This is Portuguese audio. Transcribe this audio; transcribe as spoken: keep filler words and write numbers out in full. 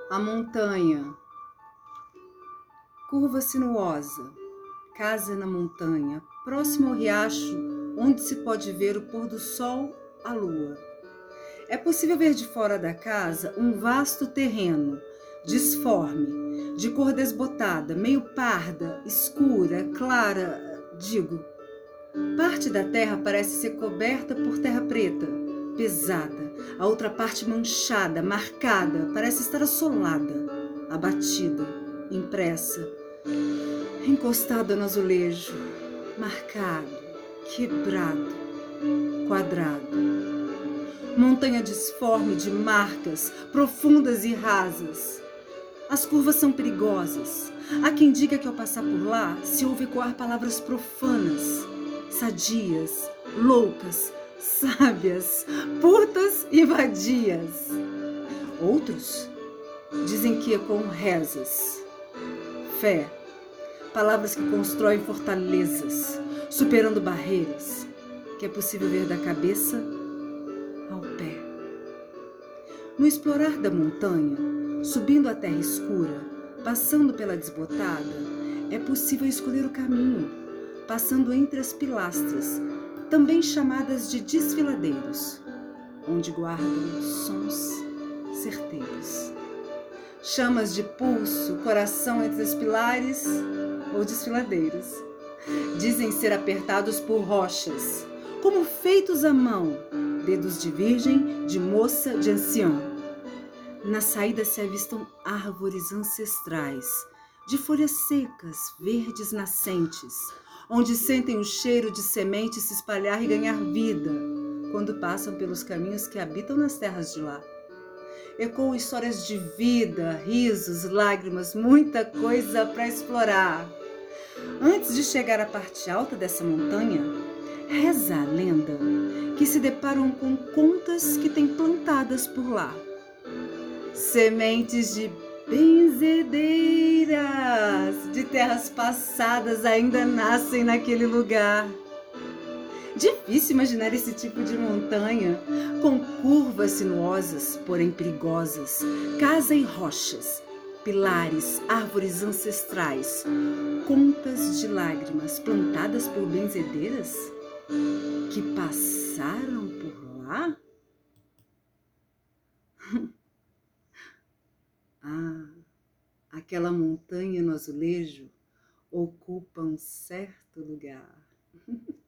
A montanha, curva sinuosa, casa na montanha, próximo ao riacho, onde se pode ver o pôr do sol, a lua. É possível ver de fora da casa um vasto terreno, disforme, de cor desbotada, meio parda, escura, clara, digo. Parte da terra parece ser coberta por terra preta, pesada. A outra parte manchada, marcada, parece estar assolada, abatida, impressa, encostada no azulejo, marcado, quebrado, quadrado. Montanha disforme de marcas profundas e rasas. As curvas são perigosas. Há quem diga que ao passar por lá se ouve ecoar palavras profanas, sadias, loucas, sábias, putas e vadias. Outros dizem que ecoam rezas, fé, palavras que constroem fortalezas, superando barreiras, que é possível ver da cabeça ao pé. No explorar da montanha, subindo a terra escura, passando pela desbotada, é possível escolher o caminho, passando entre as pilastras, também chamadas de desfiladeiros, onde guardam sons certeiros. Chamas de pulso, coração entre os pilares ou desfiladeiros. Dizem ser apertados por rochas, como feitos à mão, dedos de virgem, de moça, de ancião. Na saída se avistam árvores ancestrais, de folhas secas, verdes nascentes, onde sentem o cheiro de sementes se espalhar e ganhar vida, quando passam pelos caminhos que habitam nas terras de lá. Ecoam histórias de vida, risos, lágrimas, muita coisa para explorar. Antes de chegar à parte alta dessa montanha, reza a lenda que se deparam com contas que têm plantadas por lá. Sementes de benzedeiras de terras passadas ainda nascem naquele lugar. Difícil imaginar esse tipo de montanha, com curvas sinuosas, porém perigosas, casa e rochas, pilares, árvores ancestrais, contas de lágrimas plantadas por benzedeiras que passaram por lá? Ah, aquela montanha no azulejo ocupa um certo lugar.